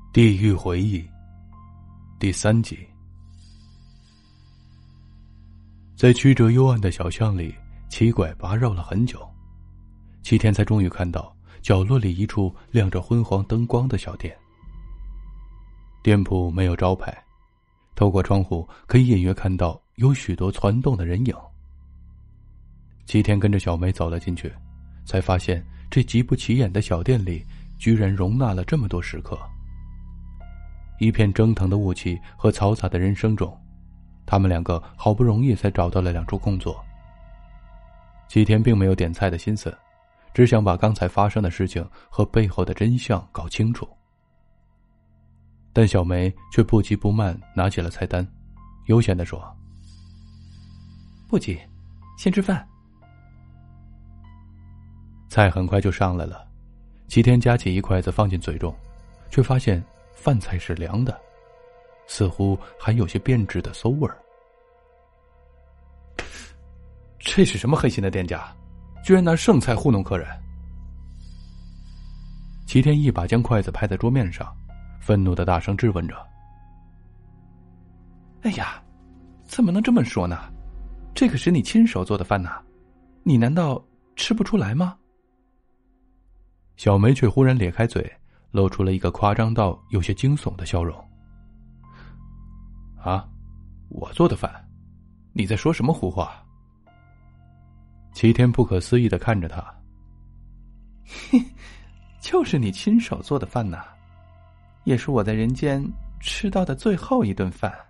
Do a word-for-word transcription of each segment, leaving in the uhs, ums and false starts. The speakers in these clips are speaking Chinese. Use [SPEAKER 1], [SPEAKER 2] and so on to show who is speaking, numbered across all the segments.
[SPEAKER 1] 地狱回忆第三集。在曲折幽暗的小巷里七拐八绕了很久，七天才终于看到角落里一处亮着昏黄灯光的小店。店铺没有招牌，透过窗户可以隐约看到有许多攒动的人影。七天跟着小梅走了进去，才发现这极不起眼的小店里居然容纳了这么多食客。一片蒸腾的雾气和嘈杂的人声中，他们两个好不容易才找到了两处空座。七天并没有点菜的心思，只想把刚才发生的事情和背后的真相搞清楚。但小梅却不急不慢拿起了菜单，悠闲地说：“
[SPEAKER 2] 不急，先吃饭。”
[SPEAKER 1] 菜很快就上来了，齐天夹起一筷子放进嘴中，却发现饭菜是凉的，似乎还有些变质的馊味儿。这是什么黑心的店家，居然拿剩菜糊弄客人！齐天一把将筷子拍在桌面上，愤怒的大声质问着：“
[SPEAKER 2] 哎呀，怎么能这么说呢？这可是你亲手做的饭呐，你难道吃不出来吗？”
[SPEAKER 1] 小梅却忽然咧开嘴，露出了一个夸张到有些惊悚的笑容。“啊，我做的饭？你在说什么胡话？”齐天不可思议地看着他。
[SPEAKER 2] “嘿，就是你亲手做的饭呐，也是我在人间吃到的最后一顿饭。”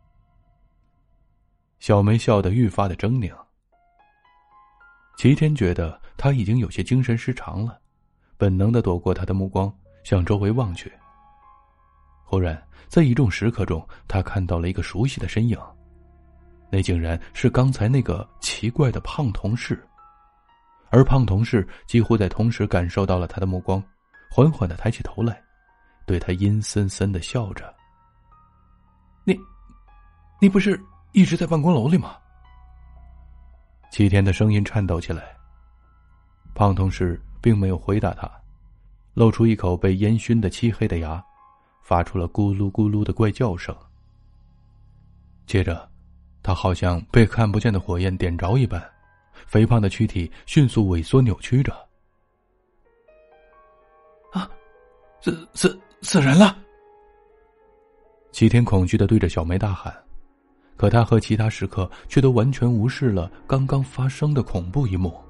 [SPEAKER 1] 小梅笑得愈发的狰狞。齐天觉得他已经有些精神失常了，本能地躲过他的目光，向周围望去。忽然在一众食客中，他看到了一个熟悉的身影，那竟然是刚才那个奇怪的胖同事。而胖同事几乎在同时感受到了他的目光，缓缓地抬起头来，对他阴森森地笑着。你你不是一直在办公楼里吗？”齐天的声音颤抖起来。胖同事并没有回答他，露出一口被烟熏的漆黑的牙，发出了咕噜咕噜的怪叫声。接着他好像被看不见的火焰点着一般，肥胖的躯体迅速萎缩扭曲着。“啊，死死死人了！”齐天恐惧地对着小梅大喊，可他和其他食客却都完全无视了刚刚发生的恐怖一幕。“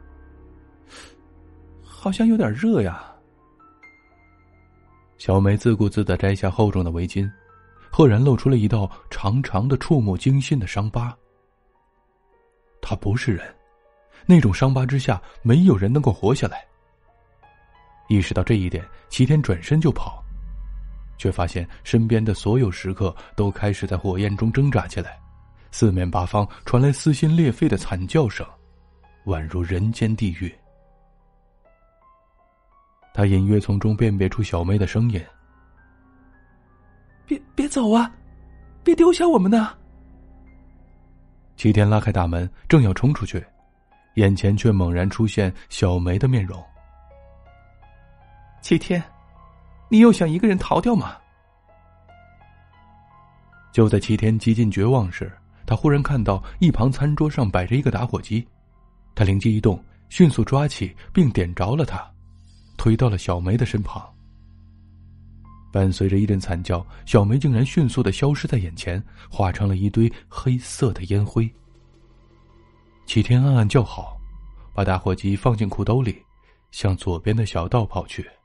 [SPEAKER 2] 好像有点热呀。”
[SPEAKER 1] 小梅自顾自地摘下厚重的围巾，赫然露出了一道长长的触目惊心的伤疤。她不是人，那种伤疤之下没有人能够活下来。意识到这一点，齐天转身就跑，却发现身边的所有食客都开始在火焰中挣扎起来，四面八方传来撕心裂肺的惨叫声，宛如人间地狱。他隐约从中辨别出小梅的声音：“
[SPEAKER 2] 别别走啊，别丢下我们呐！”
[SPEAKER 1] 齐天拉开大门，正要冲出去，眼前却猛然出现小梅的面容。
[SPEAKER 2] “齐天，你又想一个人逃掉吗？”
[SPEAKER 1] 就在齐天几近绝望时，他忽然看到一旁餐桌上摆着一个打火机，他灵机一动，迅速抓起并点着了它，推到了小梅的身旁。伴随着一阵惨叫，小梅竟然迅速地消失在眼前，化成了一堆黑色的烟灰。齐天暗暗叫好，把打火机放进裤兜里，向左边的小道跑去。